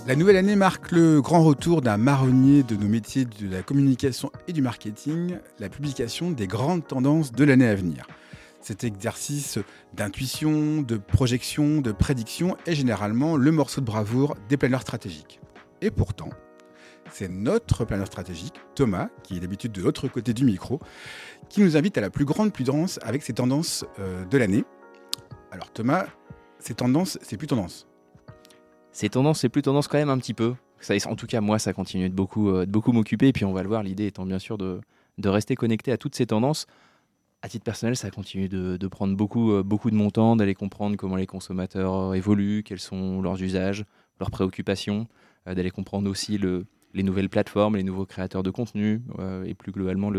La nouvelle année marque le grand retour d'un marronnier de nos métiers de la communication et du marketing, la publication des grandes tendances de l'année à venir. Cet exercice d'intuition, de projection, de prédiction est généralement le morceau de bravoure des planeurs stratégiques. Et pourtant, c'est notre planeur stratégique, Thomas, qui est d'habitude de l'autre côté du micro, qui nous invite à la plus grande prudence avec ces tendances de l'année. Alors Thomas, ces tendances, c'est plus tendance. C'est plus tendance quand même un petit peu. Ça, en tout cas, moi, ça continue de beaucoup m'occuper. Et puis, on va le voir, l'idée étant bien sûr de rester connecté à toutes ces tendances. À titre personnel, ça continue de prendre beaucoup de mon temps, d'aller comprendre comment les consommateurs évoluent, quels sont leurs usages, leurs préoccupations, d'aller comprendre aussi les nouvelles plateformes, les nouveaux créateurs de contenu et plus globalement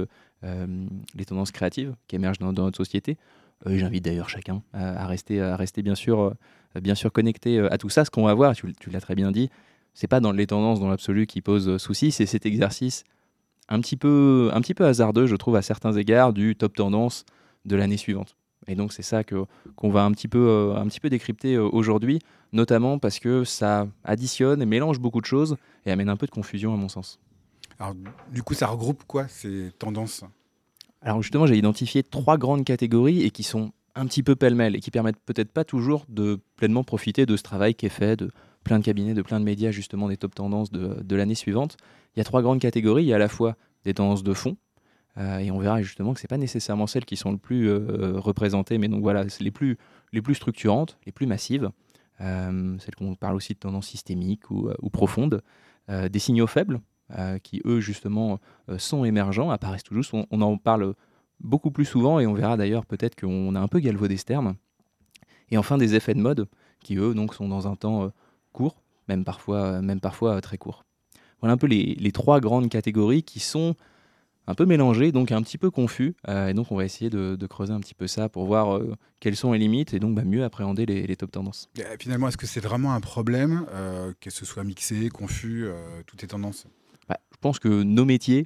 les tendances créatives qui émergent dans notre société. J'invite d'ailleurs chacun à rester bien sûr connecté à tout ça. Ce qu'on va voir, tu l'as très bien dit, c'est pas dans les tendances dans l'absolu qui posent souci, c'est cet exercice un petit peu hasardeux, je trouve, à certains égards, du top tendance de l'année suivante. Et donc c'est ça qu'on va un petit peu décrypter aujourd'hui, notamment parce que ça additionne et mélange beaucoup de choses et amène un peu de confusion à mon sens. Alors du coup, ça regroupe quoi ces tendances ? Alors justement, j'ai identifié 3 grandes catégories et qui sont un petit peu pêle-mêle et qui permettent peut-être pas toujours de pleinement profiter de ce travail qui est fait de plein de cabinets, de plein de médias, justement des top tendances de l'année suivante. Il y a 3 grandes catégories. Il y a à la fois des tendances de fond, et on verra justement que ce n'est pas nécessairement celles qui sont le plus représentées, mais donc voilà, c'est les plus structurantes, les plus massives, celles qu'on parle aussi de tendances systémiques ou profondes, des signaux faibles, qui eux justement sont émergents, apparaissent toujours, on en parle beaucoup plus souvent et on verra d'ailleurs peut-être qu'on a un peu galvaudé ce terme. Et enfin des effets de mode qui eux donc sont dans un temps court, même parfois très court. Voilà un peu les 3 grandes catégories qui sont un peu mélangées, donc un petit peu confus, et donc on va essayer de creuser un petit peu ça pour voir quelles sont les limites et donc mieux appréhender les top tendances. Finalement, est-ce que c'est vraiment un problème que ce soit mixé, confus, toutes ces tendances ? Je pense que nos métiers,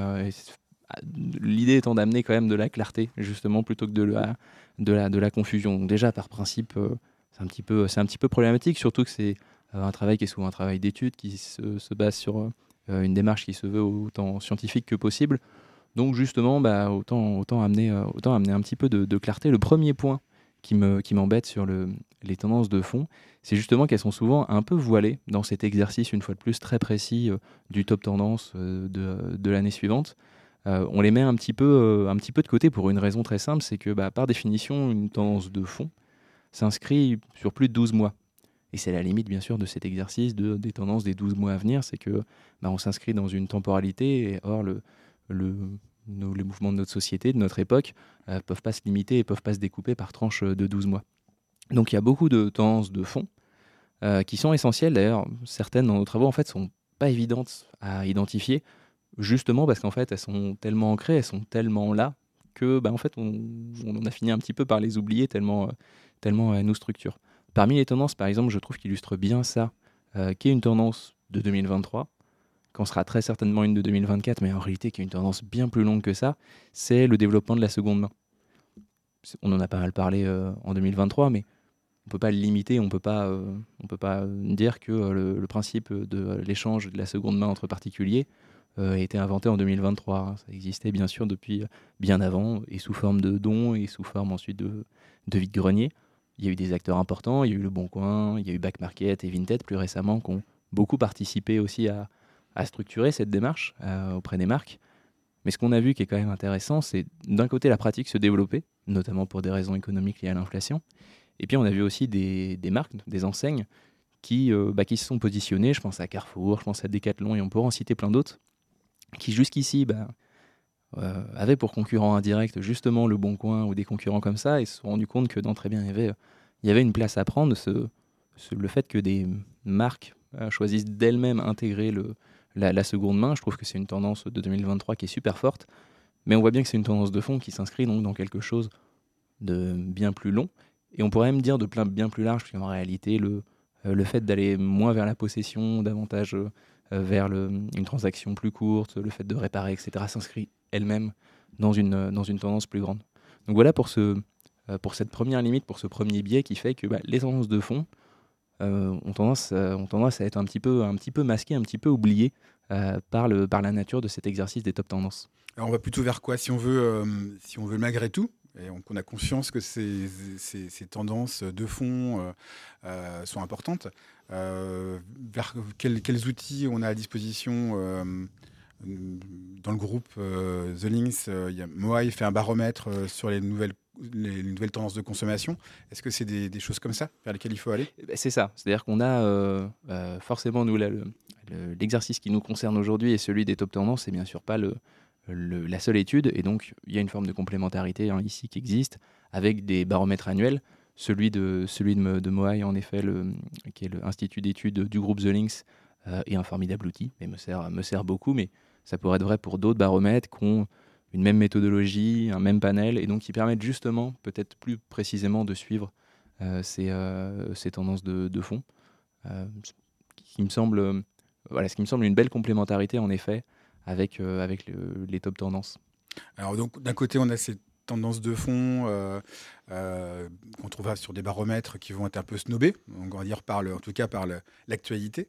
l'idée étant d'amener quand même de la clarté, justement, plutôt que de la confusion. Donc déjà, par principe, c'est un petit peu problématique, surtout que c'est un travail qui est souvent un travail d'étude, qui se base sur une démarche qui se veut autant scientifique que possible. Donc justement, autant amener un petit peu de clarté. Le premier point qui m'embête sur les tendances de fond, c'est justement qu'elles sont souvent un peu voilées dans cet exercice, une fois de plus, très précis du top tendance de l'année suivante. On les met un petit peu de côté pour une raison très simple, c'est que par définition, une tendance de fond s'inscrit sur plus de 12 mois. Et c'est la limite, bien sûr, de cet exercice des tendances des 12 mois à venir, c'est que on s'inscrit dans une temporalité, et or les mouvements de notre société, de notre époque, peuvent pas se limiter et peuvent pas se découper par tranches de 12 mois. Donc il y a beaucoup de tendances de fond qui sont essentielles. D'ailleurs, certaines dans nos travaux, en fait, sont pas évidentes à identifier, justement parce qu'en fait, elles sont tellement ancrées, elles sont tellement là, que en fait, on en a fini un petit peu par les oublier tellement elles nous structurent. Parmi les tendances, par exemple, je trouve qu'illustre bien ça, qui est une tendance de 2023, qu'on sera très certainement une de 2024, mais en réalité qui est une tendance bien plus longue que ça, c'est le développement de la seconde main. On en a pas mal parlé en 2023, mais on peut pas le limiter, on peut pas dire que le principe de l'échange de la seconde main entre particuliers a été inventé en 2023. Ça existait bien sûr depuis bien avant, et sous forme de dons, et sous forme ensuite de vide-grenier. Il y a eu des acteurs importants, il y a eu Le Bon Coin, il y a eu Back Market et Vinted plus récemment qui ont beaucoup participé aussi à structurer cette démarche auprès des marques. Mais ce qu'on a vu qui est quand même intéressant, c'est d'un côté la pratique se développer, notamment pour des raisons économiques liées à l'inflation. Et puis on a vu aussi des marques, des enseignes qui se sont positionnées, je pense à Carrefour, je pense à Decathlon, et on pourra en citer plein d'autres, qui jusqu'ici avaient pour concurrent indirect justement Le Bon Coin ou des concurrents comme ça, et se sont rendus compte que très bien, il y avait une place à prendre, le fait que des marques choisissent d'elles-mêmes intégrer la seconde main. Je trouve que c'est une tendance de 2023 qui est super forte, mais on voit bien que c'est une tendance de fond qui s'inscrit donc dans quelque chose de bien plus long, et on pourrait même dire de bien plus large, puisqu'en réalité le fait d'aller moins vers la possession, davantage vers une transaction plus courte, le fait de réparer, etc., s'inscrit elle-même dans une tendance plus grande. Donc voilà pour cette première limite, pour ce premier biais qui fait que les tendances de fond ont tendance à être un petit peu masqués, un petit peu oubliés par la nature de cet exercice des top tendances. Alors on va plutôt vers quoi si on veut malgré tout, et qu'on a conscience que ces tendances de fond sont importantes, vers quels outils on a à disposition dans le groupe The Links. Moai fait un baromètre sur les nouvelles tendances de consommation. Est-ce que c'est des choses comme ça vers lesquelles il faut aller? C'est ça, c'est-à-dire qu'on a forcément, nous, là, l'exercice qui nous concerne aujourd'hui et celui des top tendances, c'est bien sûr pas la seule étude, et donc il y a une forme de complémentarité ici qui existe, avec des baromètres annuels. Celui de Moai, en effet, qui est l'Institut d'études du groupe The Links, est un formidable outil et me sert beaucoup, mais ça pourrait être vrai pour d'autres baromètres qui ont une même méthodologie, un même panel, et donc qui permettent justement, peut-être plus précisément, de suivre ces tendances de fond. Ce qui me semble, ce qui me semble une belle complémentarité, en effet, avec les top tendances. Alors donc d'un côté on a ces tendances de fond qu'on trouvera sur des baromètres qui vont être un peu snobés, on va dire en tout cas par l'actualité.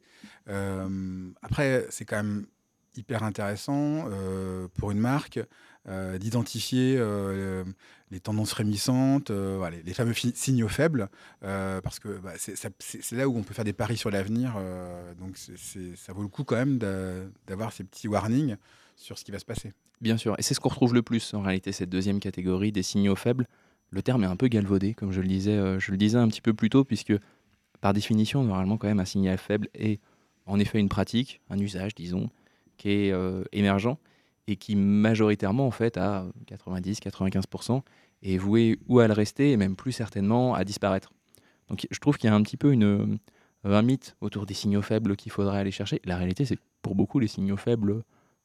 Après c'est quand même hyper intéressant pour une marque d'identifier les tendances rémissantes, voilà, les fameux signaux faibles, parce que c'est là où on peut faire des paris sur l'avenir. Donc ça vaut le coup quand même d'avoir ces petits warnings sur ce qui va se passer. Bien sûr, et c'est ce qu'on retrouve le plus en réalité, cette deuxième catégorie des signaux faibles. Le terme est un peu galvaudé, comme je le disais un petit peu plus tôt, puisque par définition, normalement, quand même, un signal faible est en effet une pratique, un usage, disons, qui est émergent et qui majoritairement, en fait, à 90-95%, est voué ou à le rester, et même plus certainement à disparaître. Donc je trouve qu'il y a un petit peu un mythe autour des signaux faibles qu'il faudrait aller chercher. La réalité, c'est que pour beaucoup, les signaux faibles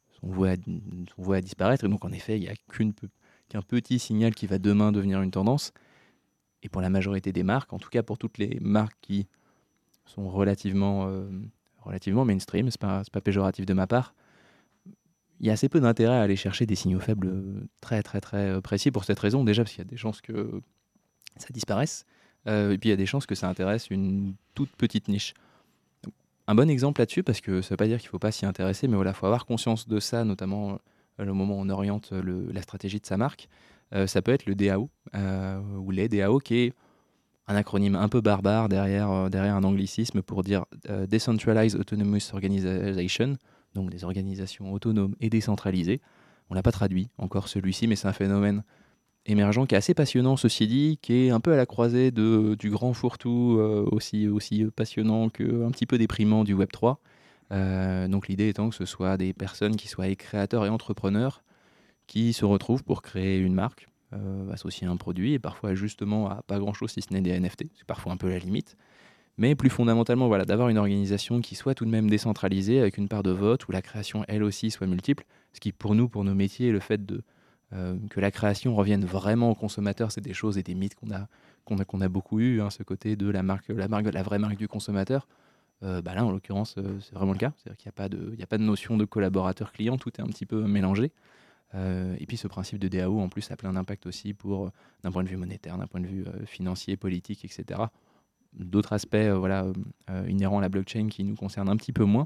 sont voués à disparaître. Et donc, en effet, il n'y a qu'un petit signal qui va demain devenir une tendance. Et pour la majorité des marques, en tout cas pour toutes les marques qui sont relativement mainstream, c'est pas péjoratif de ma part, il y a assez peu d'intérêt à aller chercher des signaux faibles très très très précis pour cette raison. Déjà parce qu'il y a des chances que ça disparaisse, et puis il y a des chances que ça intéresse une toute petite niche. Donc, un bon exemple là-dessus, parce que ça ne veut pas dire qu'il ne faut pas s'y intéresser, mais voilà, il faut avoir conscience de ça, notamment le moment où on oriente la stratégie de sa marque. Ça peut être le DAO, ou les DAO, qui est un acronyme un peu barbare derrière un anglicisme pour dire Decentralized Autonomous Organization, donc des organisations autonomes et décentralisées. On l'a pas traduit encore celui-ci, mais c'est un phénomène émergent qui est assez passionnant, ceci dit, qui est un peu à la croisée du grand fourre-tout, aussi passionnant qu'un petit peu déprimant du Web3. Donc l'idée étant que ce soit des personnes qui soient créateurs et entrepreneurs qui se retrouvent pour créer une marque, associer un produit, et parfois justement à pas grand-chose si ce n'est des NFT, c'est parfois un peu la limite. Mais plus fondamentalement, voilà, d'avoir une organisation qui soit tout de même décentralisée, avec une part de vote, où la création, elle aussi, soit multiple. Ce qui, pour nous, pour nos métiers, le fait que la création revienne vraiment au consommateur, c'est des choses et des mythes qu'on a beaucoup eu, ce côté de la vraie marque du consommateur. Là, en l'occurrence, c'est vraiment le cas. C'est-à-dire qu'il n'y a pas de notion de collaborateur client, tout est un petit peu mélangé. Et puis ce principe de DAO, en plus, a plein d'impact aussi d'un point de vue monétaire, d'un point de vue financier, politique, etc. D'autres aspects inhérents à la blockchain qui nous concernent un petit peu moins,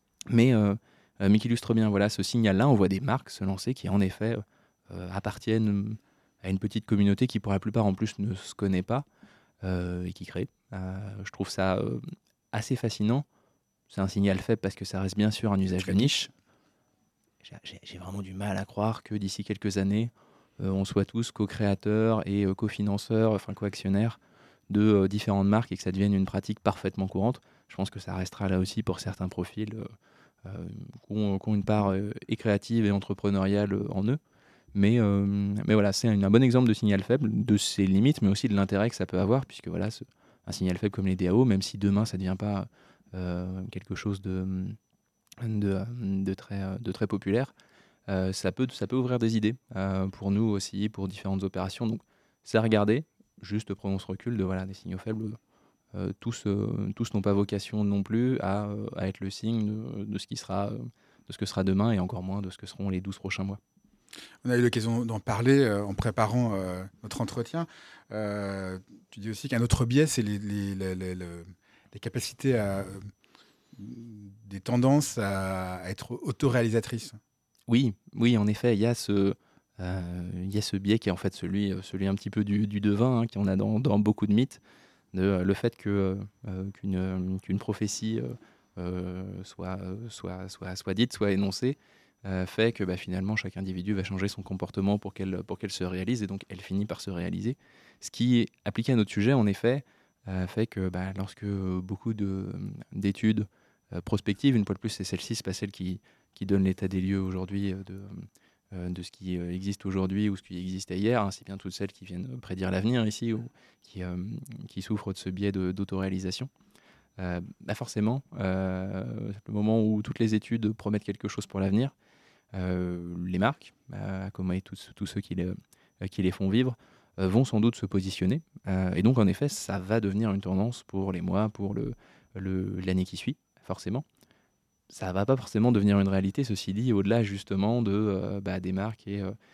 mais qui illustrent bien ce signal-là. On voit des marques se lancer qui, en effet, appartiennent à une petite communauté qui, pour la plupart, en plus, ne se connaît pas et qui crée. Je trouve ça assez fascinant. C'est un signal faible parce que ça reste bien sûr un usage de niche. J'ai vraiment du mal à croire que d'ici quelques années, on soit tous co-créateurs et cofinanceurs, enfin co-actionnaires de différentes marques et que ça devienne une pratique parfaitement courante. Je pense que ça restera là aussi pour certains profils qui ont une part et créative et entrepreneuriale en eux. Mais voilà, c'est un bon exemple de signal faible, de ses limites, mais aussi de l'intérêt que ça peut avoir, puisque voilà, un signal faible comme les DAO, même si demain ça ne devient pas quelque chose de très populaire, ça peut ouvrir des idées pour nous aussi, pour différentes opérations. Donc, c'est à regarder. Juste prenons ce recul des signaux faibles. Tous n'ont pas vocation non plus à être le signe de ce que sera demain, et encore moins de ce que seront les 12 prochains mois. On a eu l'occasion d'en parler en préparant notre entretien. Tu dis aussi qu'un autre biais, c'est les des capacités des tendances à être autoréalisatrices. Oui, oui, en effet, il y a ce biais qui est en fait celui un petit peu du devin, hein, qu'on a dans beaucoup de mythes, le fait qu'une prophétie soit dite, soit énoncée, fait que finalement chaque individu va changer son comportement pour qu'elle se réalise, et donc elle finit par se réaliser. Ce qui est appliqué à notre sujet, en effet, fait que lorsque beaucoup d'études prospectives, une fois de plus, c'est celle-ci, c'est pas celle qui donne l'état des lieux aujourd'hui de ce qui existe aujourd'hui ou ce qui existait hier, hein, c'est bien toutes celles qui viennent prédire l'avenir ici, ou qui souffrent de ce biais d'autoréalisation. Forcément, le moment où toutes les études promettent quelque chose pour l'avenir, les marques, comme et tous ceux qui les font vivre, vont sans doute se positionner. Et donc, en effet, ça va devenir une tendance pour les mois, pour l'année qui suit, forcément. Ça va pas forcément devenir une réalité, ceci dit, au-delà justement des marques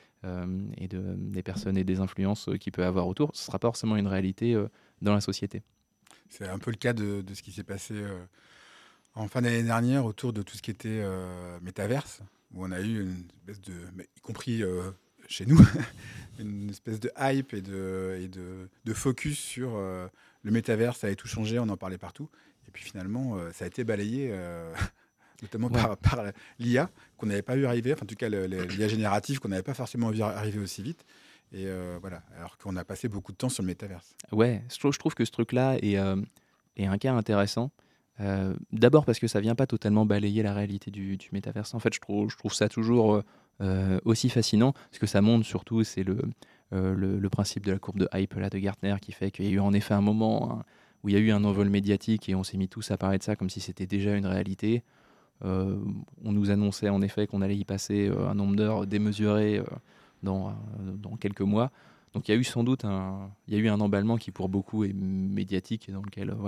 des personnes et des influences qu'il peut avoir autour. Ce sera pas forcément une réalité dans la société. C'est un peu le cas de ce qui s'est passé en fin d'année dernière autour de tout ce qui était métaverse, où on a eu une espèce de, mais y compris chez nous, une espèce de hype et de focus sur le métaverse. Ça avait tout changé, on en parlait partout. Et puis finalement, ça a été balayé, notamment Ouais. par l'IA, qu'on n'avait pas vu arriver, enfin en tout cas l'IA générative, qu'on n'avait pas forcément vu arriver aussi vite. Et voilà, alors qu'on a passé beaucoup de temps sur le métaverse. Ouais, je trouve que ce truc-là est un cas intéressant. D'abord parce que ça vient pas totalement balayer la réalité du métaverse. En fait, je trouve ça toujours aussi fascinant. Ce que ça montre surtout, c'est le principe de la courbe de hype là, de Gartner, qui fait qu'il y a eu en effet un moment, hein, où il y a eu un envol médiatique et on s'est mis tous à parler de ça comme si c'était déjà une réalité. On nous annonçait en effet qu'on allait y passer un nombre d'heures démesuré dans quelques mois. Donc il y a eu sans doute il y a eu un emballement qui pour beaucoup est médiatique, et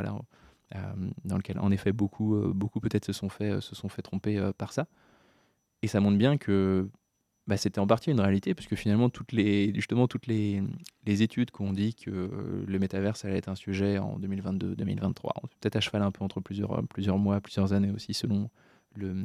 dans lequel en effet beaucoup peut-être se sont fait tromper par ça. Et ça montre bien que c'était en partie une réalité, puisque finalement justement toutes les études qui ont dit que le métaverse allait être un sujet en 2022-2023, peut-être à cheval un peu entre plusieurs mois, plusieurs années aussi, selon le,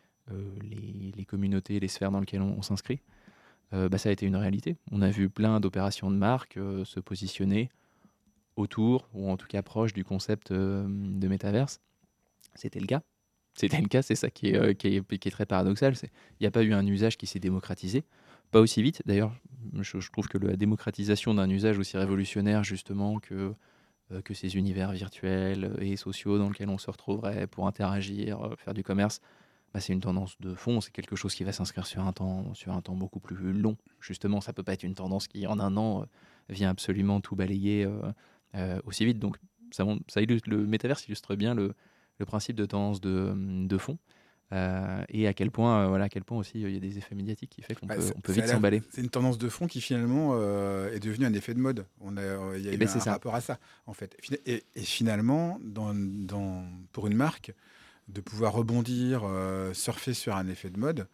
les communautés et les sphères dans lesquelles on s'inscrit. Ça a été une réalité. On a vu plein d'opérations de marque se positionner autour, ou en tout cas proche du concept de métaverse. C'était le cas. C'était le cas, c'est ça qui est très paradoxal. Il n'y a pas eu un usage qui s'est démocratisé, pas aussi vite. D'ailleurs, je trouve que la démocratisation d'un usage aussi révolutionnaire, justement, que ces univers virtuels et sociaux dans lesquels on se retrouverait pour interagir, faire du commerce, c'est une tendance de fond, c'est quelque chose qui va s'inscrire sur un temps beaucoup plus long. Justement, ça peut pas être une tendance qui, en un an, vient absolument tout balayer aussi vite. Donc, le métaverse illustre bien le principe de tendance de fond, et à quel point, à quel point aussi il y a des effets médiatiques qui fait on peut vite s'emballer. C'est une tendance de fond qui finalement est devenue un effet de mode. Il y a eu un rapport à ça, en fait. Et finalement, pour une marque, de pouvoir rebondir, surfer sur un effet de mode,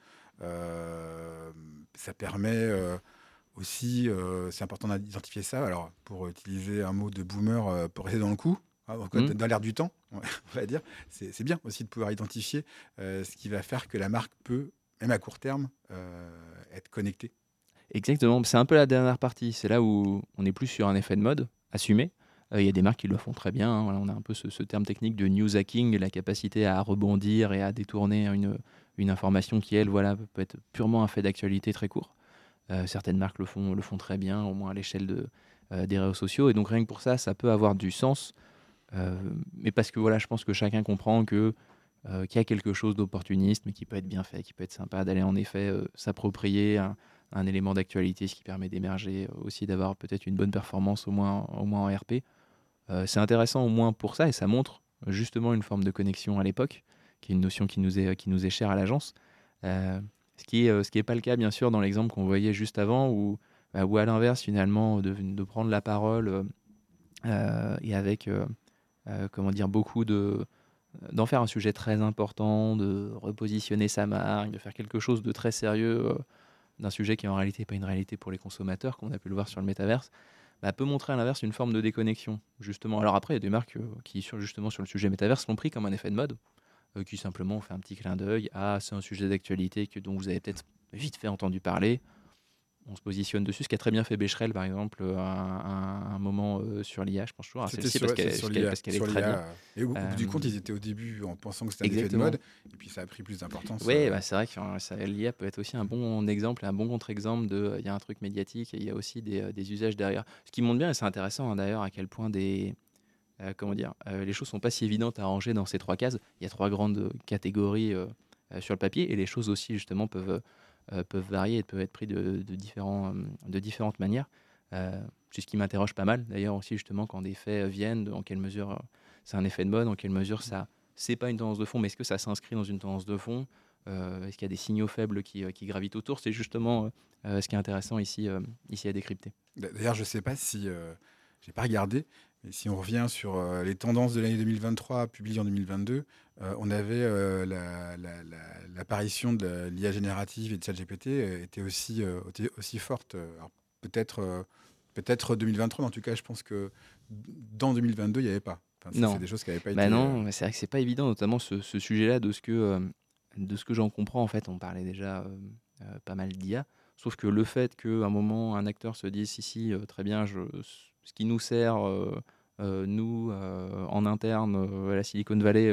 ça permet aussi, c'est important d'identifier ça. Alors, pour utiliser un mot de boomer, pour rester dans le coup, dans l'air du temps, on va dire, c'est bien aussi de pouvoir identifier ce qui va faire que la marque peut, même à court terme, être connectée. Exactement, c'est un peu la dernière partie. C'est là où on est plus sur un effet de mode assumé. Il y a des marques qui le font très bien, hein. Voilà, on a un peu ce terme technique de news hacking, la capacité à rebondir et à détourner une information qui, elle, peut être purement un fait d'actualité très court. Certaines marques le font très bien, au moins à l'échelle des réseaux sociaux. Et donc rien que pour ça, ça peut avoir du sens. Mais parce que je pense que chacun comprend qu'il y a quelque chose d'opportuniste, mais qui peut être bien fait, qui peut être sympa, d'aller en effet s'approprier un élément d'actualité, ce qui permet d'émerger, aussi d'avoir peut-être une bonne performance, au moins en RP. C'est intéressant au moins pour ça, et ça montre justement une forme de connexion à l'époque, qui est une notion qui nous est chère à l'agence. Ce qui est pas le cas, bien sûr, dans l'exemple qu'on voyait juste avant, où à l'inverse, finalement, de prendre la parole et avec beaucoup d'en faire un sujet très important, de repositionner sa marque, de faire quelque chose de très sérieux d'un sujet qui en réalité n'est pas une réalité pour les consommateurs, comme on a pu le voir sur le métaverse. peut montrer à l'inverse une forme de déconnexion, justement. Alors après, il y a des marques qui, justement sur le sujet métaverse, l'ont pris comme un effet de mode, qui simplement fait un petit clin d'œil. Ah, c'est un sujet d'actualité dont vous avez peut-être vite fait entendu parler. On se positionne dessus, ce qu'a très bien fait Becherel, par exemple, à un moment sur l'IA, je pense toujours à C'était celle-ci sur l'IA. parce qu'elle est Sur très bien. l'IA. Et au bout du compte, ils étaient au début en pensant que c'était un effet de Exactement. mode, et puis ça a pris plus d'importance. Oui, c'est vrai que l'IA peut être aussi un bon exemple, un bon contre-exemple de. Il y a un truc médiatique et il y a aussi des usages derrière. Ce qui montre bien, et c'est intéressant hein, d'ailleurs, à quel point comment dire, les choses sont pas si évidentes à ranger dans ces trois cases. Il y a trois grandes catégories sur le papier et les choses aussi justement peuvent varier et peuvent être prises de différentes manières. C'est ce qui m'interroge pas mal d'ailleurs aussi justement quand des faits viennent, en quelle mesure c'est un effet de mode, en quelle mesure ça c'est pas une tendance de fond, mais est-ce que ça s'inscrit dans une tendance de fond, est-ce qu'il y a des signaux faibles qui gravitent autour, c'est justement ce qui est intéressant ici à décrypter. D'ailleurs, je ne sais pas si, j'ai pas regardé, mais si on revient sur les tendances de l'année 2023 publiées en 2022, on avait l'apparition de l'IA générative et de ChatGPT était aussi forte. Alors, peut-être 2023, mais en tout cas, je pense que dans 2022, il n'y avait pas. Enfin, c'est Non, des choses qui n'avaient pas bah été. non, mais c'est vrai que c'est pas évident, notamment ce sujet-là, de ce que j'en comprends. En fait, on parlait déjà pas mal d'IA, sauf que le fait qu'à un moment, un acteur se dise, si, très bien, ce qui nous sert, nous, en interne, à la Silicon Valley,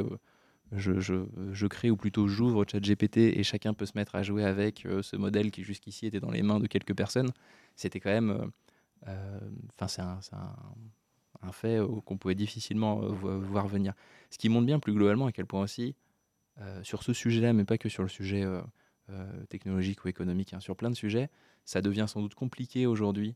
je crée, ou plutôt j'ouvre ChatGPT et chacun peut se mettre à jouer avec ce modèle qui jusqu'ici était dans les mains de quelques personnes, c'était quand même... Enfin, c'est un fait qu'on pouvait difficilement voir venir. Ce qui montre bien plus globalement à quel point aussi, sur ce sujet-là, mais pas que sur le sujet technologique ou économique, hein, sur plein de sujets, ça devient sans doute compliqué aujourd'hui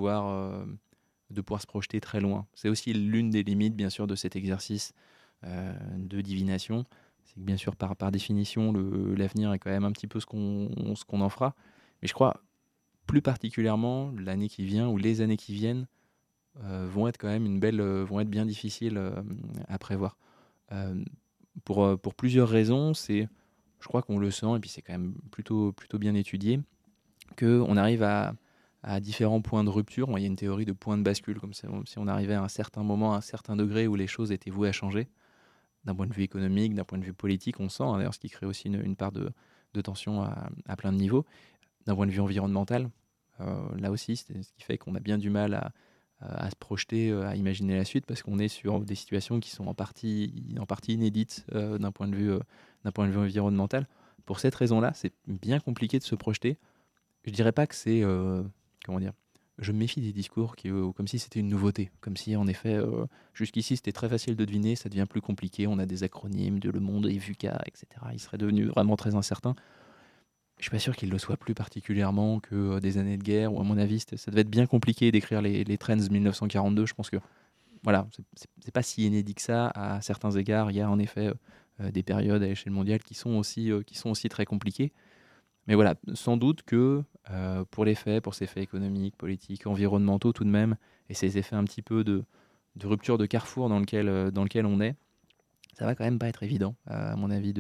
de pouvoir se projeter très loin. C'est aussi l'une des limites, bien sûr, de cet exercice de divination. C'est que, bien sûr, par définition, l'avenir est quand même un petit peu ce qu'on en fera. Mais je crois, plus particulièrement, l'année qui vient ou les années qui viennent vont être quand même vont être bien difficiles à prévoir. Euh, pour plusieurs raisons, je crois qu'on le sent, et puis c'est quand même plutôt bien étudié, qu'on arrive à différents points de rupture. Il y a une théorie de point de bascule, comme si on arrivait à un certain moment, à un certain degré où les choses étaient vouées à changer, d'un point de vue économique, d'un point de vue politique, on sent, hein, d'ailleurs, ce qui crée aussi une part de tension à plein de niveaux. D'un point de vue environnemental, là aussi, c'est ce qui fait qu'on a bien du mal à se projeter, à imaginer la suite, parce qu'on est sur des situations qui sont en partie inédites d'un point de vue environnemental. Pour cette raison-là, c'est bien compliqué de se projeter. Je dirais pas que c'est... comment dire, je me méfie des discours comme si c'était une nouveauté, comme si en effet, jusqu'ici c'était très facile de deviner, ça devient plus compliqué, on a des acronymes de Le Monde et VUCA, etc. Il serait devenu vraiment très incertain. Je suis pas sûr qu'il le soit plus particulièrement que des années de guerre, ou à mon avis, ça devait être bien compliqué d'écrire les trends 1942. Je pense que voilà, c'est pas si inédit que ça à certains égards. Il y a en effet des périodes à l'échelle mondiale qui sont aussi très compliquées. Mais voilà, sans doute que pour ces faits économiques, politiques, environnementaux tout de même, et ces effets un petit peu de rupture de carrefour dans lequel on est, ça va quand même pas être évident, à mon avis,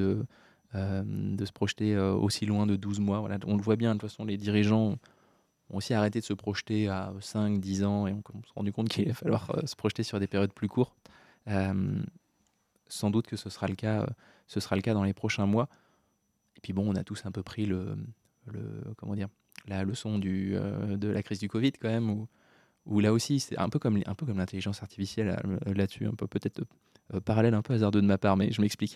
de se projeter aussi loin de 12 mois. Voilà, on le voit bien, de toute façon, les dirigeants ont aussi arrêté de se projeter à 5, 10 ans, et on s'est rendu compte qu'il va falloir se projeter sur des périodes plus courtes. Sans doute que ce sera le cas dans les prochains mois. Et puis bon, on a tous un peu pris comment dire, la leçon de la crise du Covid quand même, où là aussi, c'est un peu comme l'intelligence artificielle là-dessus, un peu peut-être parallèle, un peu hasardeux de ma part, mais je m'explique.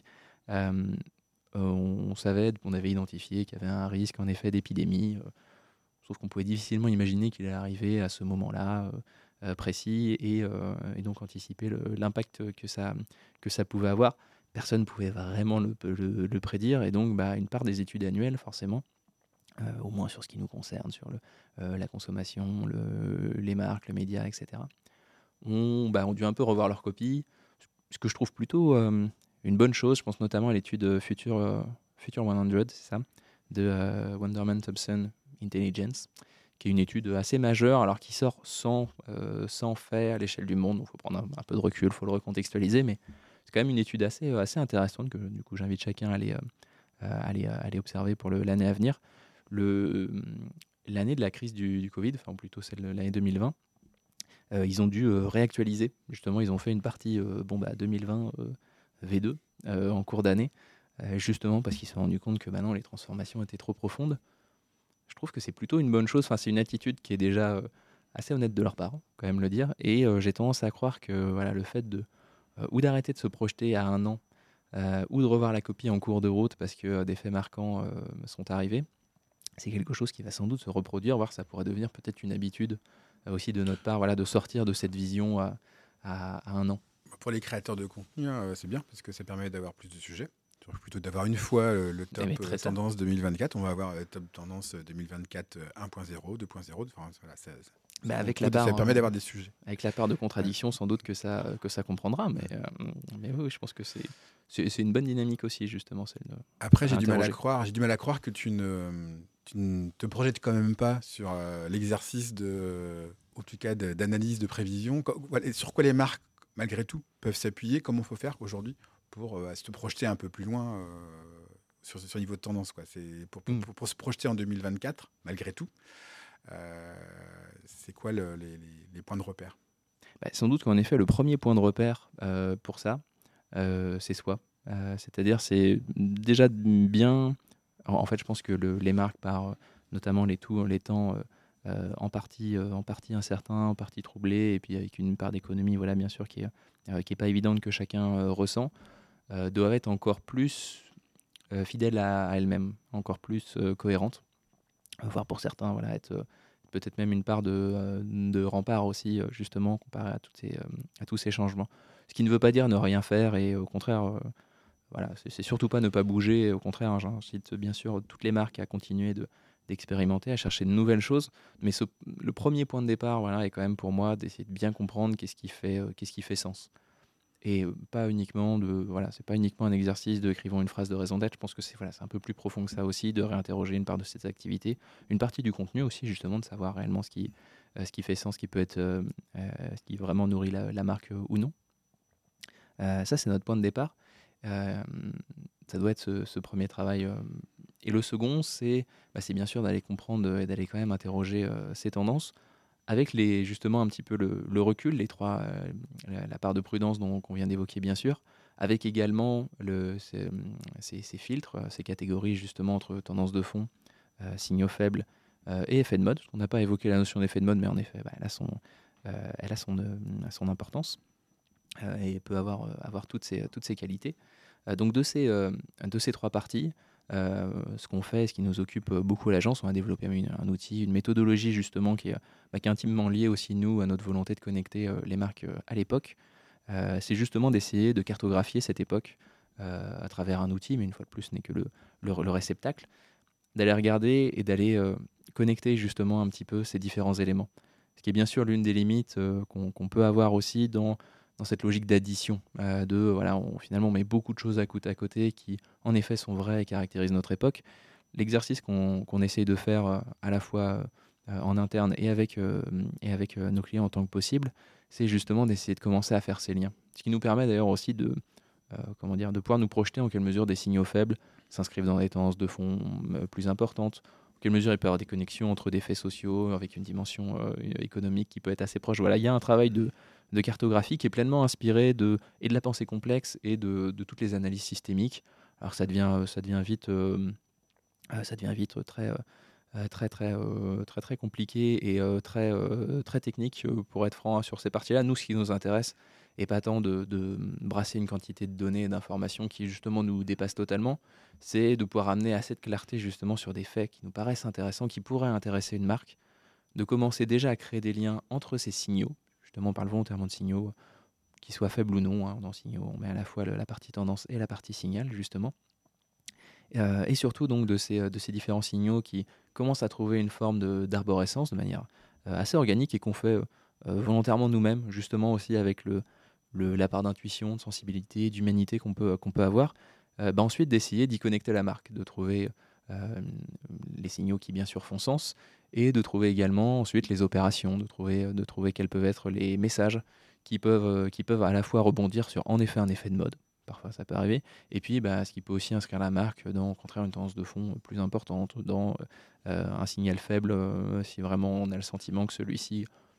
On savait, on avait identifié qu'il y avait un risque en effet d'épidémie, sauf qu'on pouvait difficilement imaginer qu'il allait arriver à ce moment-là précis, et donc anticiper l'impact que ça pouvait avoir. Personne ne pouvait vraiment le prédire, et donc une part des études annuelles, forcément, au moins sur ce qui nous concerne, sur la consommation, les marques, le média, etc., ont dû un peu revoir leur copie, ce que je trouve plutôt une bonne chose. Je pense notamment à l'étude Future 100, c'est ça, de Wunderman Thompson Intelligence, qui est une étude assez majeure, alors qui sort sans fait à l'échelle du monde. Il faut prendre un peu de recul, il faut le recontextualiser, mais c'est quand même une étude assez intéressante que du coup j'invite chacun à aller observer pour l'année à venir. L'année de la crise du Covid, enfin plutôt celle de l'année 2020, Ils ont dû réactualiser. Justement, ils ont fait une partie 2020 V2 en cours d'année, justement parce qu'ils se sont rendus compte que non, les transformations étaient trop profondes. Je trouve que c'est plutôt une bonne chose. Enfin, c'est une attitude qui est déjà assez honnête de leur part, quand même le dire. Et j'ai tendance à croire que voilà, le fait de ou d'arrêter de se projeter à un an, ou de revoir la copie en cours de route parce que des faits marquants sont arrivés, c'est quelque chose qui va sans doute se reproduire, voire ça pourrait devenir peut-être une habitude aussi de notre part, voilà, de sortir de cette vision à un an. Pour les créateurs de contenu, c'est bien parce que ça permet d'avoir plus de sujets. Plutôt d'avoir une fois le top tendance 2024, on va avoir top tendance 2024 1.0, 2.0. Enfin, voilà, ça permet d'avoir des sujets. Avec la part de contradiction, sans doute que ça comprendra, mais oui, je pense que c'est une bonne dynamique aussi, justement. Après, j'ai du mal à croire que tu ne te projettes quand même pas sur l'exercice en tout cas d'analyse, de prévision. Sur quoi les marques, malgré tout, peuvent s'appuyer? Comment il faut faire aujourd'hui pour se projeter un peu plus loin sur ce niveau de tendance, quoi. C'est pour se projeter en 2024, malgré tout. C'est quoi les points de repère? Sans doute qu'en effet, le premier point de repère pour ça, c'est soi. C'est-à-dire, c'est déjà bien. En fait, je pense que les marques, par notamment les temps en partie incertains, en partie troublés, et puis avec une part d'économie, voilà, bien sûr, qui est pas évidente, que chacun ressent, doivent être encore plus fidèles à elles-mêmes, encore plus cohérentes, voire pour certains, voilà, être peut-être même une part de rempart aussi, justement, comparé à tous ces changements. Ce qui ne veut pas dire ne rien faire, et au contraire, voilà, c'est surtout pas ne pas bouger. Au contraire, hein, j'incite bien sûr toutes les marques à continuer d'expérimenter, à chercher de nouvelles choses. Mais le premier point de départ, voilà, est quand même pour moi d'essayer de bien comprendre qu'est-ce qui fait sens. Et pas uniquement c'est pas uniquement un exercice de écrivant une phrase de raison d'être. Je pense que c'est un peu plus profond que ça aussi, de réinterroger une part de cette activité, une partie du contenu aussi, justement, de savoir réellement ce qui fait sens, ce qui peut être, ce qui vraiment nourrit la marque ou non. Ça, c'est notre point de départ. Ça doit être ce premier travail. Et le second, c'est bien sûr d'aller comprendre et d'aller quand même interroger ces tendances, avec justement un petit peu le recul, la part de prudence qu'on vient d'évoquer, bien sûr, avec également ces filtres, ces catégories justement entre tendances de fond, signaux faibles et effets de mode. On n'a pas évoqué la notion d'effet de mode, mais en effet, elle a son importance et peut avoir toutes ces qualités. Donc de ces trois parties, ce qu'on fait, ce qui nous occupe beaucoup à l'agence, on a développé un outil, une méthodologie justement qui est intimement liée aussi, nous, à notre volonté de connecter les marques à l'époque. C'est justement d'essayer de cartographier cette époque à travers un outil, mais une fois de plus, ce n'est que le réceptacle, d'aller regarder et d'aller connecter justement un petit peu ces différents éléments. Ce qui est bien sûr l'une des limites qu'on peut avoir aussi dans cette logique d'addition, finalement on met beaucoup de choses à côté qui en effet sont vraies et caractérisent notre époque. L'exercice qu'on essaye de faire à la fois en interne et avec nos clients en tant que possible, c'est justement d'essayer de commencer à faire ces liens. Ce qui nous permet d'ailleurs aussi de pouvoir nous projeter en quelle mesure des signaux faibles s'inscrivent dans des tendances de fond plus importantes, en quelle mesure il peut y avoir des connexions entre des faits sociaux avec une dimension économique qui peut être assez proche. Voilà, il y a un travail de cartographie qui est pleinement inspiré de la pensée complexe et de toutes les analyses systémiques. Alors ça devient vite très compliqué et très technique, pour être franc, sur ces parties-là. Nous, ce qui nous intéresse et pas tant de brasser une quantité de données et d'informations qui justement nous dépassent totalement, c'est de pouvoir amener assez de clarté justement sur des faits qui nous paraissent intéressants, qui pourraient intéresser une marque, de commencer déjà à créer des liens entre ces signaux. Justement, on parle volontairement de signaux, qu'ils soient faibles ou non, hein. Dans signaux, on met à la fois la partie tendance et la partie signal, justement. Et surtout donc de ces différents signaux qui commencent à trouver une forme d'arborescence de manière assez organique, et qu'on fait volontairement nous-mêmes, justement aussi avec la part d'intuition, de sensibilité, d'humanité qu'on peut avoir. Ensuite d'essayer d'y connecter la marque, de trouver les signaux qui bien sûr font sens, et de trouver également ensuite les opérations, de trouver quels peuvent être les messages qui peuvent à la fois rebondir sur en effet un effet de mode. Parfois ça peut arriver, et puis ce qui peut aussi inscrire la marque dans, au contraire, une tendance de fond plus importante, dans un signal faible, si vraiment on a le sentiment que celui-ci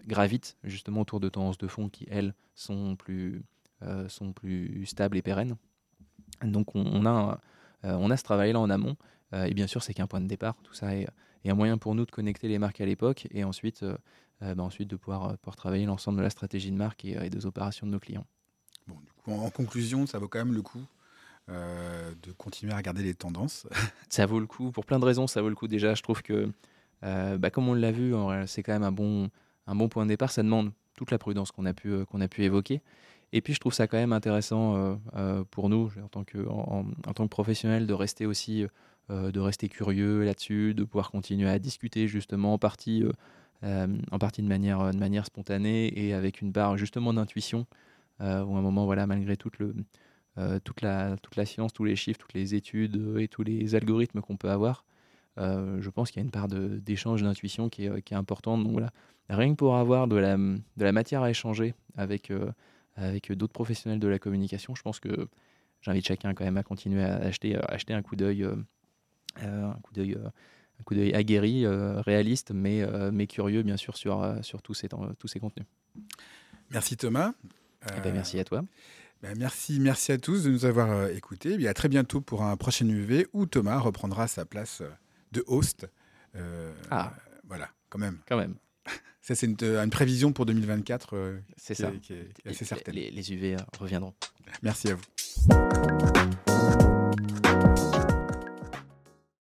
gravitent justement autour de tendances de fond qui, elles, sont plus stables et pérennes. Donc on a ce travail-là en amont, et bien sûr c'est qu'un point de départ, tout ça est un moyen pour nous de connecter les marques à l'époque, et ensuite de pouvoir travailler l'ensemble de la stratégie de marque et des opérations de nos clients. Bon, du coup, en conclusion, ça vaut quand même le coup de continuer à regarder les tendances. Ça vaut le coup, pour plein de raisons, ça vaut le coup. Déjà, je trouve que, comme on l'a vu, c'est quand même un bon point de départ. Ça demande toute la prudence qu'on a pu évoquer. Et puis, je trouve ça quand même intéressant pour nous, en tant que professionnels, de rester aussi, de rester curieux là-dessus, de pouvoir continuer à discuter justement en partie de manière spontanée et avec une part justement d'intuition, où à un moment, voilà, malgré toute la science, tous les chiffres, toutes les études et tous les algorithmes qu'on peut avoir, je pense qu'il y a une part d'échange, d'intuition qui est importante. Donc voilà, rien que pour avoir de la matière à échanger avec d'autres professionnels de la communication, je pense que j'invite chacun quand même à continuer à acheter un coup d'œil, un coup d'œil aguerri, réaliste, mais curieux bien sûr sur tous ces contenus. Merci Thomas. Merci à toi. Merci à tous de nous avoir écoutés. Et à très bientôt pour un prochain UV où Thomas reprendra sa place de host. Voilà, quand même. Ça, c'est une prévision pour 2024 c'est qui est assez certaine. Les UV reviendront. Merci à vous.